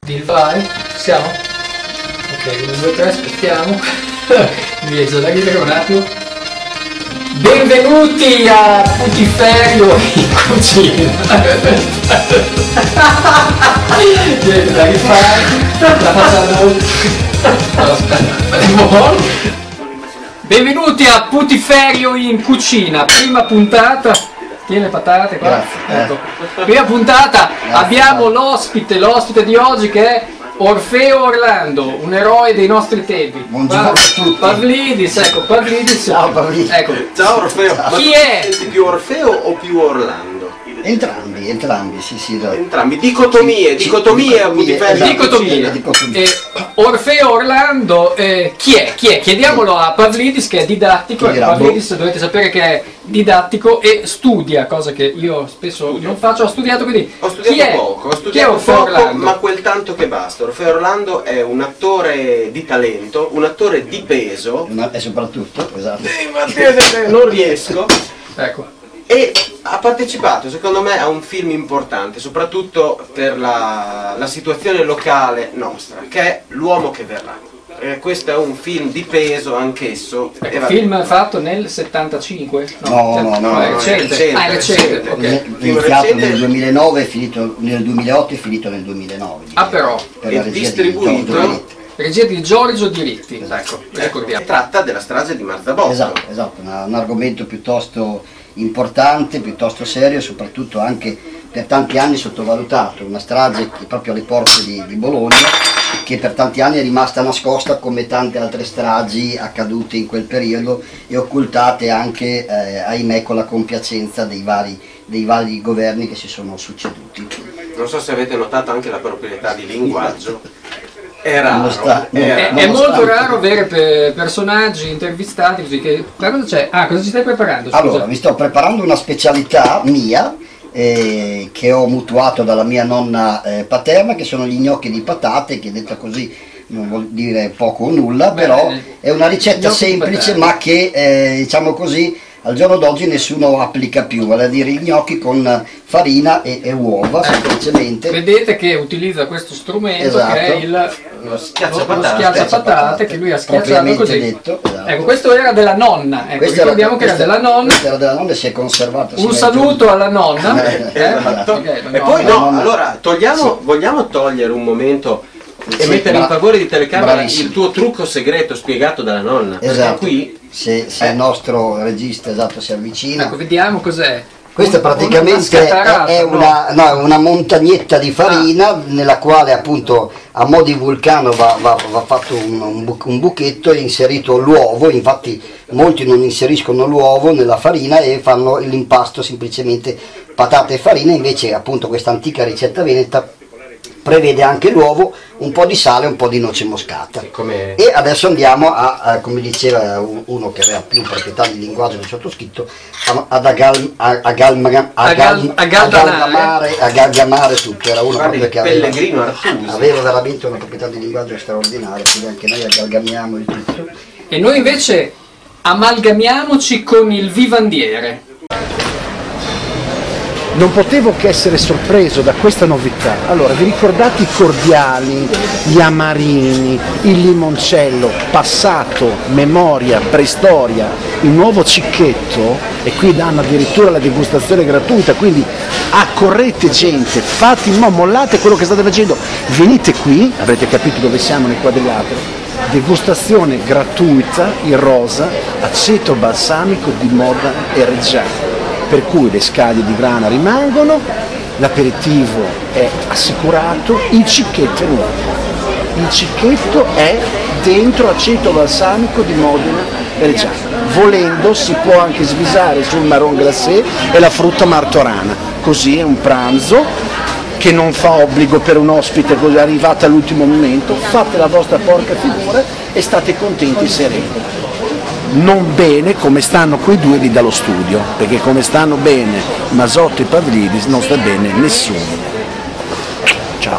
Vai, siamo? Ok, 1, 2, 3, aspettiamo. Mi viene da ridere un attimo. Benvenuti a Putiferio in cucina. Viene da rifare. La facciamo. Aspetta. Benvenuti a Putiferio in cucina, prima puntata. Tieni le patate qua. Ecco. Prima puntata. Abbiamo l'ospite di oggi che è Orfeo Orlando, un eroe dei nostri tempi. Buongiorno a tutti. Pavlidis, ecco, Pavlidis. Ciao Pavlidis. Ecco. Ciao Orfeo. Chi è? Senti più Orfeo o più Orlando? Entrambi, sì. Entrambi. Dicotomie. Esatto. Dicotomie. Orfeo Orlando, chi è? Chiediamolo a Pavlidis, che è didattico. Pavlidis dovete sapere che è didattico e studia, cosa che io spesso non faccio. Ho studiato, quindi Ho studiato poco, ma quel tanto che basta. Orfeo Orlando è un attore di talento, un attore di peso. E soprattutto, esatto. Non riesco. Ecco. E ha partecipato, secondo me, a un film importante, soprattutto per la situazione locale nostra, che è L'uomo che verrà. Questo è un film di peso anch'esso. Ecco, film fatto nel 75? No, è recente. È recente. Okay. Iniziato nel 2009, finito nel 2008 e finito nel 2009. Ah, però. Per la È distribuito. Regia di Giorgio Diritti. Ecco, ricordiamo. tratta della strage di Marzabotto. Esatto, un argomento piuttosto importante, piuttosto serio, soprattutto anche per tanti anni sottovalutato, una strage che proprio alle porte di Bologna, che per tanti anni è rimasta nascosta come tante altre stragi accadute in quel periodo e occultate anche, ahimè, con la compiacenza dei vari governi che si sono succeduti. Non so se avete notato anche la proprietà di linguaggio. È raro. È molto raro avere personaggi intervistati così che. Cosa c'è? Cosa ci stai preparando? Scusa. Allora, mi sto preparando una specialità mia che ho mutuato dalla mia nonna paterna, che sono gli gnocchi di patate, che detta così non vuol dire poco o nulla, però è una ricetta semplice ma che diciamo così al giorno d'oggi nessuno applica più, vale a dire i gnocchi con farina e uova, semplicemente. Vedete che utilizza questo strumento, esatto, che è lo schiacciapatate, che lui ha schiacciato così. Detto, esatto. Ecco, questo era della nonna, ecco, ricordiamo che era della nonna. Questa era della nonna e si è conservata. Un saluto alla nonna. Esatto. Okay, e poi allora vogliamo togliere un momento e mettere in favore di telecamera il tuo trucco segreto spiegato dalla nonna. Esatto. Qui se il nostro regista si avvicina. Ecco, vediamo cos'è. Questa praticamente è una montagnetta di farina nella quale appunto a mo' di vulcano va fatto un buchetto e inserito l'uovo. Infatti molti non inseriscono l'uovo nella farina e fanno l'impasto semplicemente patate e farina, invece appunto questa antica ricetta veneta prevede anche l'uovo, un po' di sale e un po' di noce moscata. E adesso andiamo a, come diceva uno che aveva più proprietà di linguaggio del sottoscritto, ad agalgamare tutto. Era uno proprio che aveva veramente una proprietà di linguaggio straordinaria, quindi anche noi agalgamiamo il tutto. E noi invece amalgamiamoci con il vivandiere. Non potevo che essere sorpreso da questa novità. Allora, vi ricordate i cordiali, gli amarini, il limoncello, passato, memoria, preistoria, il nuovo cicchetto, e qui danno addirittura la degustazione gratuita, quindi accorrete gente, fate mollate quello che state facendo, venite qui, avrete capito dove siamo nel quadrilatero, degustazione gratuita in rosa, aceto balsamico di Modena e Reggiano. Per cui le scaglie di grana rimangono, l'aperitivo è assicurato, il cicchetto è nuovo. Il cicchetto è dentro aceto balsamico di Modena e Reggiano. Volendo si può anche svisare sul marron glacé e la frutta martorana. Così è un pranzo che non fa obbligo per un ospite così arrivato all'ultimo momento, fate la vostra porca figura e state contenti e sereni. Non bene come stanno quei due lì dallo studio, perché come stanno bene Masotto e Pavlidis non sta bene nessuno. Ciao.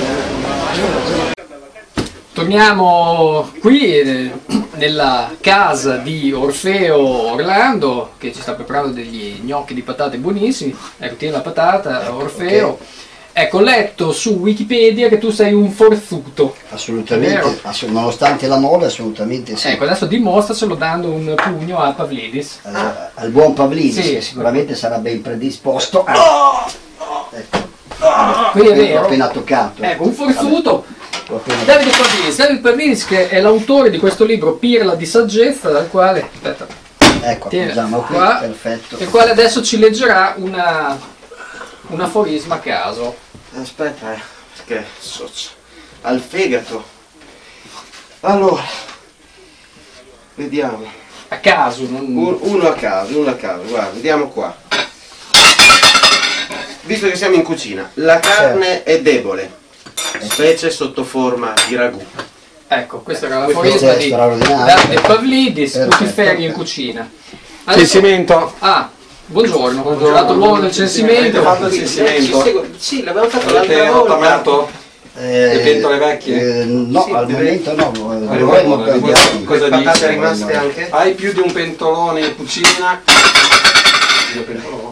Torniamo qui nella casa di Orfeo Orlando, che ci sta preparando degli gnocchi di patate buonissimi. Ecco, tieni la patata, Orfeo. Ecco, ho letto su Wikipedia che tu sei un forzuto. Assolutamente, nonostante la mole, assolutamente sì. Ecco, adesso dimostracelo dando un pugno a Pavlidis. Al buon Pavlidis, Sì. che sicuramente sarà ben predisposto. Ecco. Qui è vero. L'ho appena toccato. Ecco, un forzuto. L'ho appena Davide Pavlidis che è l'autore di questo libro Pirla di saggezza, dal quale, aspetta, Ecco, appoggiamo qui, qua, perfetto. il quale adesso ci leggerà un aforisma a caso. Aspetta, perché al fegato. Allora, vediamo. A caso, non... Uno a caso, guarda, vediamo qua. Visto che siamo in cucina, la carne è debole, specie sotto forma di ragù. Ecco, questo era Questo l'aforisma è di straordinario. Davide Pavlidis, Perfetto. Putiferio in cucina. Censimento. Buongiorno, ho girato l'uomo del censimento. Avete fatto il censimento? Sì, l'abbiamo fatto Avete l'altra volta. rottamato le pentole vecchie? No, Sì, al direi. momento no, dovremmo cambiare. Cosa Le patate dice? rimaste anche? Hai più di un pentolone in cucina? Due pentoloni.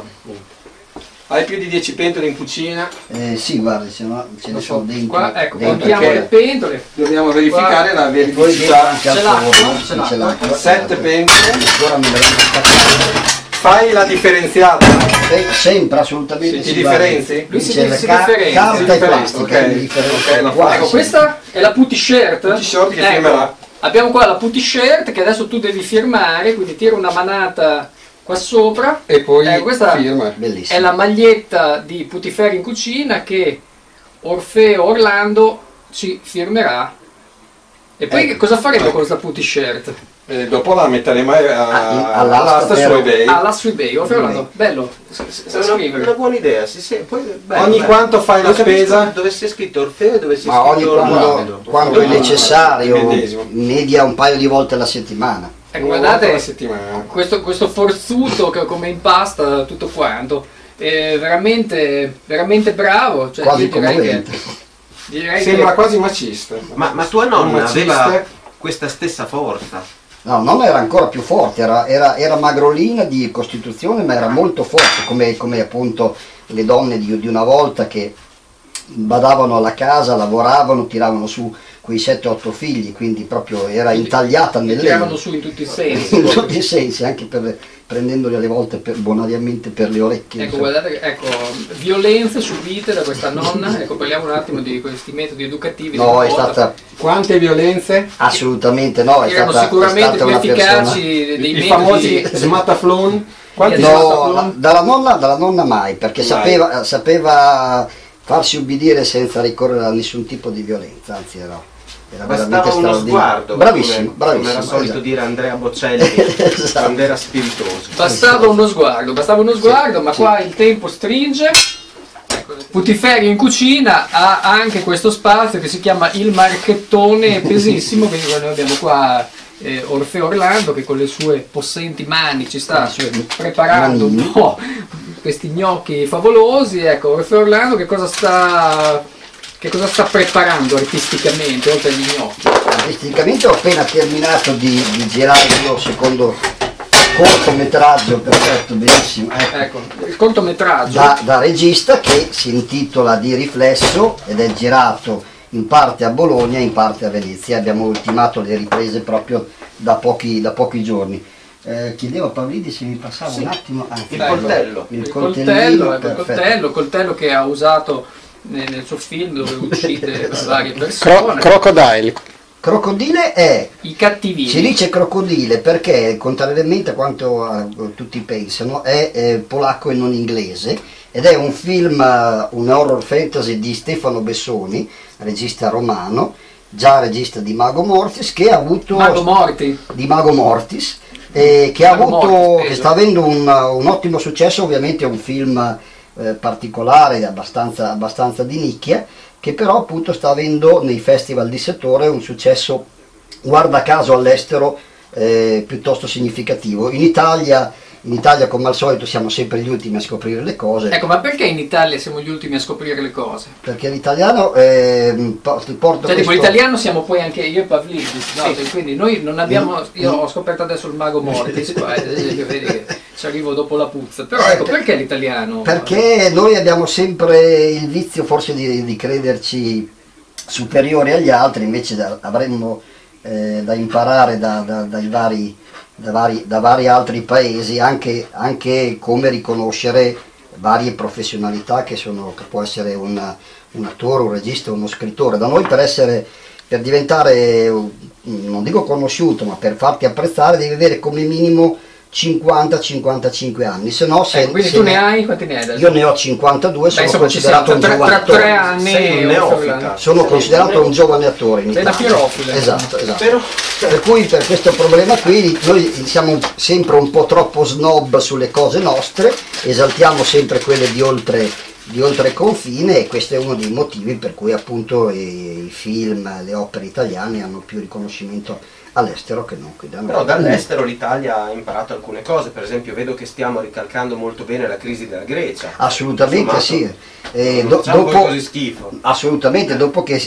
Hai più di 10 pentole in cucina? Sì, guarda, se no ce ne sono dentro. Qua, ecco, dentro contiamo perché- le pentole. Dobbiamo verificare la E poi dentro veridicità. anche al C'è l'acqua? forno, C'è sì, l'acqua? c'è l'acqua. 7 pentole. Ancora non me l'hanno spaccato. Fai la differenziata. Sempre, assolutamente. Ti sì, guarda. differenzi? Lui si C'è la differenzia. carta Si e differenzia, plastica, ok. mi differenzio. Ok, la Guarda, Ecco, sì. questa è la putty shirt. Putty shirt che Ecco, firmerà. abbiamo qua la putty shirt che adesso tu devi firmare, quindi tira una manata qua sopra. E poi questa firma. Bellissimo. è la maglietta di Putiferio in cucina che Orfeo Orlando ci firmerà. E poi Ecco. cosa faremo con questa putty shirt? Dopo la metteremo all'asta all'asta su per- eBay. Alla su eBay, Orfeo Orlando, bello, sa È scrivere. una buona idea, sì, poi bello, Ogni bello. quanto fai la Non capisco spesa? dove sia scritto Orfeo e dove sia Ma ogni scritto quando è Il necessario, medesimo. in media un paio di volte alla settimana. Ecco, Una volta guardate, alla settimana. questo forzuto che come impasta tutto quanto, è veramente bravo. Cioè, Quasi io direi commovente. Sembra che quasi macista. Ma tua Un nonna macista. aveva questa stessa forza. No, non era ancora più forte, era magrolina di costituzione, ma era molto forte, come appunto le donne di una volta che badavano alla casa, lavoravano, tiravano su quei 7-8 figli, quindi proprio era intagliata nel tiravano legno. su in tutti i sensi. In tutti i sensi, anche prendendoli alle volte bonariamente per le orecchie. Ecco, insomma. guardate, ecco, violenze subite da questa nonna, ecco, parliamo un attimo di questi metodi educativi. No, della è volta. stata Quante violenze? assolutamente no, è Erano stata, sicuramente è stata più una efficaci persona. dei I metodi. famosi smataflon? Quanti No, No, smataflon? dalla nonna mai, perché Mai. sapeva farsi ubbidire senza ricorrere a nessun tipo di violenza, anzi era veramente Bastava uno straordinario. sguardo, Bravissimo, come era bravissimo. solito esatto. dire Andrea Bocelli Esatto. quando era spiritoso. Bastava uno sguardo, ma qua il tempo stringe. Putiferio in cucina ha anche questo spazio che si chiama il marchettone pesissimo, quindi noi abbiamo qua Orfeo Orlando che con le sue possenti mani ci sta preparando un Manini. po' questi gnocchi favolosi. Ecco, Orfeo Orlando che cosa sta preparando artisticamente oltre agli gnocchi? Artisticamente ho appena terminato di girare il mio secondo cortometraggio, perfetto, benissimo, Ecco, il cortometraggio. da regista, che si intitola Di riflesso ed è girato in parte a Bologna e in parte a Venezia. Abbiamo ultimato le riprese proprio da pochi giorni. Chiedevo a Pavlidis se mi passava un attimo Il coltello. il Il coltellino, coltello che ha usato nel suo film dove uccide varie persone. Crocodile. Crocodile è, I cattivini. si dice crocodile perché, contrariamente a quanto tutti pensano, è polacco e non inglese, ed è un film, un horror fantasy di Stefano Bessoni, regista romano, già regista di Mago Mortis, che ha avuto Mago Morti. di Mago Mortis, che ha Mago avuto, Mortis, che sta avendo un ottimo successo. Ovviamente è un film particolare, abbastanza di nicchia, che però appunto sta avendo nei festival di settore un successo, guarda caso all'estero, piuttosto significativo. In Italia In Italia, come al solito, siamo sempre gli ultimi a scoprire le cose. Ecco, ma perché in Italia siamo gli ultimi a scoprire le cose? Perché l'italiano ti porta Cioè, tipo, questo... l'italiano siamo poi anche io e Pavlidis, no? Quindi noi non abbiamo... Io ho scoperto adesso il mago Mortis, qua, ad esempio, vedi che ci arrivo dopo la puzza. Però ecco, perché l'italiano? Perché noi abbiamo sempre il vizio forse di crederci superiori agli altri, invece avremmo da imparare dai vari altri paesi anche come riconoscere varie professionalità che può essere un attore, un regista, uno scrittore. Da noi per diventare, non dico conosciuto, ma per farti apprezzare devi avere come minimo 50-55 anni, se no quindi tu ne hai, quanti ne hai adesso? Io ne ho 52, sono considerato un giovane attore. Tra 3 anni sono considerato un giovane attore in Italia. Esatto. Per cui per questo problema qui noi siamo sempre un po' troppo snob sulle cose nostre, esaltiamo sempre quelle di oltre confine, e questo è uno dei motivi per cui appunto i film, le opere italiane hanno più riconoscimento all'estero che non qui da noi. Però dall'estero l'Italia ha imparato alcune cose, per esempio vedo che stiamo ricalcando molto bene la crisi della Grecia. Assolutamente sì. Dopo così schifo. Assolutamente, dopo che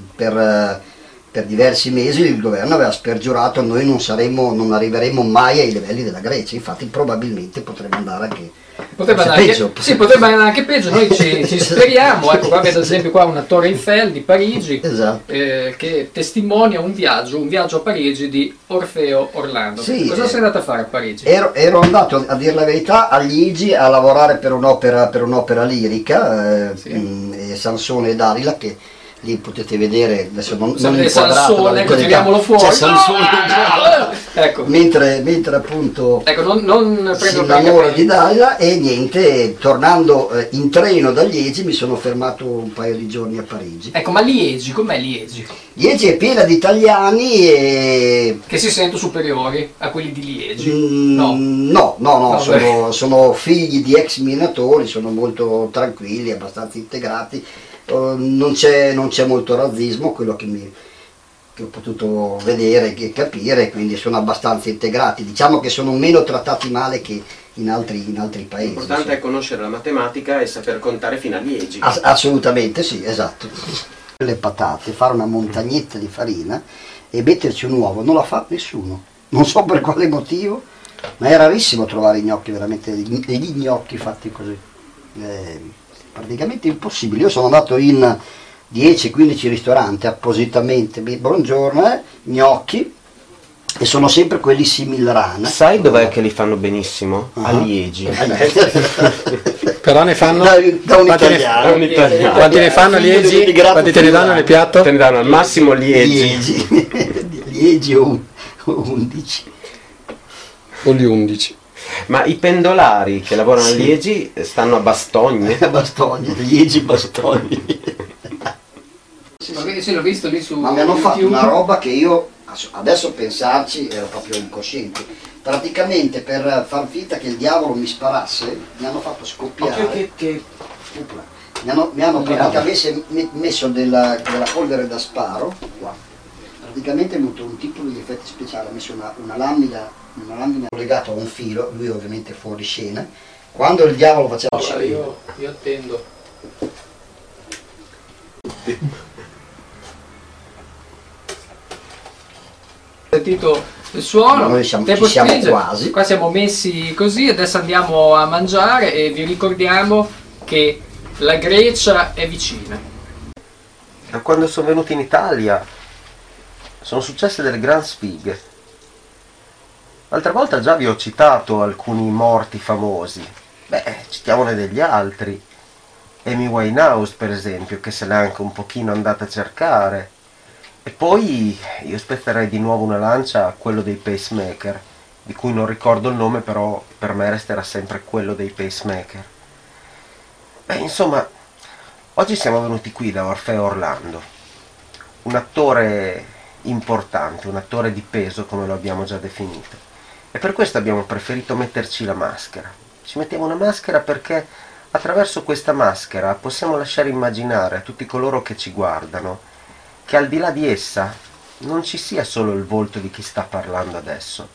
per diversi mesi il governo aveva spergiurato noi non arriveremo mai ai livelli della Grecia, infatti probabilmente potremmo andare anche peggio. Sì, potrebbe andare anche peggio, noi ci speriamo. Ecco, qua vedo ad esempio qua una Torre Eiffel di Parigi, esatto. Che testimonia un viaggio a Parigi di Orfeo Orlando. Sì, cosa sei andato a fare a Parigi? Ero andato, a dire la verità, a Liegi a lavorare per un'opera lirica, Sansone e Dalila, che lì potete vedere, adesso non Sansone, tiriamolo fuori. C'è Sansone, ecco. mentre appunto non si innamora di Dalila, e niente, tornando in treno da Liegi mi sono fermato un paio di giorni a Parigi. Ecco, ma Liegi, com'è Liegi? Liegi è piena di italiani che si sentono superiori a quelli di Liegi? No, sono figli di ex minatori, sono molto tranquilli, abbastanza integrati. Non c'è molto razzismo, quello che ho potuto vedere e capire, quindi sono abbastanza integrati. Diciamo che sono meno trattati male che in altri paesi. L'importante è conoscere la matematica e saper contare fino a 10. Assolutamente sì, esatto. Le patate, fare una montagnetta di farina e metterci un uovo, non la fa nessuno. Non so per quale motivo, ma è rarissimo trovare i gnocchi, veramente, degli gnocchi fatti così. Praticamente impossibile. Io sono andato in 10-15 ristoranti appositamente, buongiorno, gnocchi, e sono sempre quelli similrana. Sai dov'è che li fanno benissimo? A Liegi. Però ne fanno da un italiano. Quanti ne fanno a Liegi? Quanti te ne danno nel piatto? Te ne danno al massimo Liegi. Liegi o 11 o gli 11. Ma i pendolari che lavorano a Liegi stanno a Bastogne? A Bastogne, Liegi Bastogne. Sì, l'ho visto lì su. Ma mi hanno fatto una roba che io adesso a pensarci ero proprio incosciente. Praticamente per far finta che il diavolo mi sparasse mi hanno fatto scoppiare. Mi hanno praticamente messo della polvere da sparo qua. Praticamente ho avuto un tipo di effetti speciali, ha messo una lamina legata a un filo, lui ovviamente fuori scena. Quando il diavolo faceva io attendo. Sentito il suono, noi ci siamo quasi. Qua siamo messi così, adesso andiamo a mangiare e vi ricordiamo che la Grecia è vicina. Quando sono venuti in Italia sono successe delle gran sfighe. L'altra volta già vi ho citato alcuni morti famosi. Citiamone degli altri. Amy Winehouse per esempio, che se l'è anche un pochino andata a cercare. E poi io spetterei di nuovo una lancia a quello dei pacemaker, di cui non ricordo il nome, però per me resterà sempre quello dei pacemaker. Insomma, oggi siamo venuti qui da Orfeo Orlando, un attore importante, un attore di peso come lo abbiamo già definito, e per questo abbiamo preferito metterci la maschera. Ci mettiamo una maschera perché attraverso questa maschera possiamo lasciare immaginare a tutti coloro che ci guardano che al di là di essa non ci sia solo il volto di chi sta parlando adesso,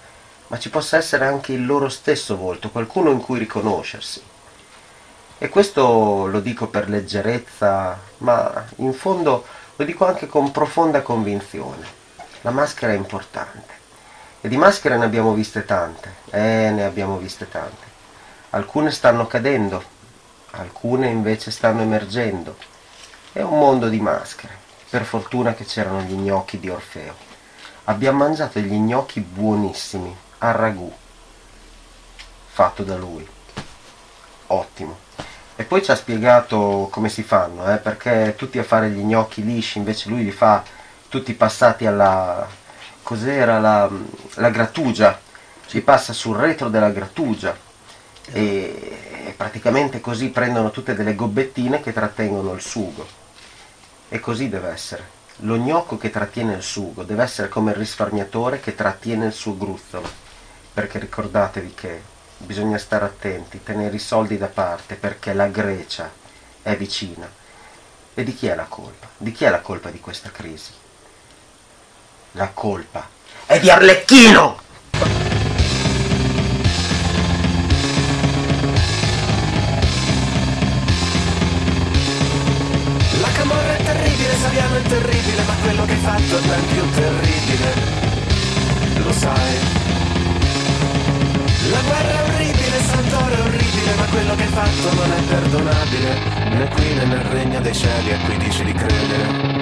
ma ci possa essere anche il loro stesso volto, qualcuno in cui riconoscersi. E questo lo dico per leggerezza, ma in fondo lo dico anche con profonda convinzione. La maschera è importante. E di maschere ne abbiamo viste tante, ne abbiamo viste tante. Alcune stanno cadendo, alcune invece stanno emergendo. È un mondo di maschere. Per fortuna che c'erano gli gnocchi di Orfeo. Abbiamo mangiato gli gnocchi buonissimi, al ragù, fatto da lui. Ottimo. E poi ci ha spiegato come si fanno, perché tutti a fare gli gnocchi lisci, invece lui li fa tutti passati alla... cos'era? La grattugia. Si passa sul retro della grattugia e praticamente così prendono tutte delle gobbettine che trattengono il sugo. E così deve essere. Lo gnocco che trattiene il sugo deve essere come il risparmiatore che trattiene il suo gruzzolo, perché ricordatevi che bisogna stare attenti, tenere i soldi da parte, perché la Grecia è vicina. E di chi è la colpa? Di chi è la colpa di questa crisi? La colpa è di Arlecchino! La camorra è terribile, Saviano è terribile, ma quello che hai fatto è ben più terribile, lo sai. La guerra è orribile, Santoro è orribile, ma quello che hai fatto non è perdonabile, né qui né nel regno dei cieli a cui dici di credere.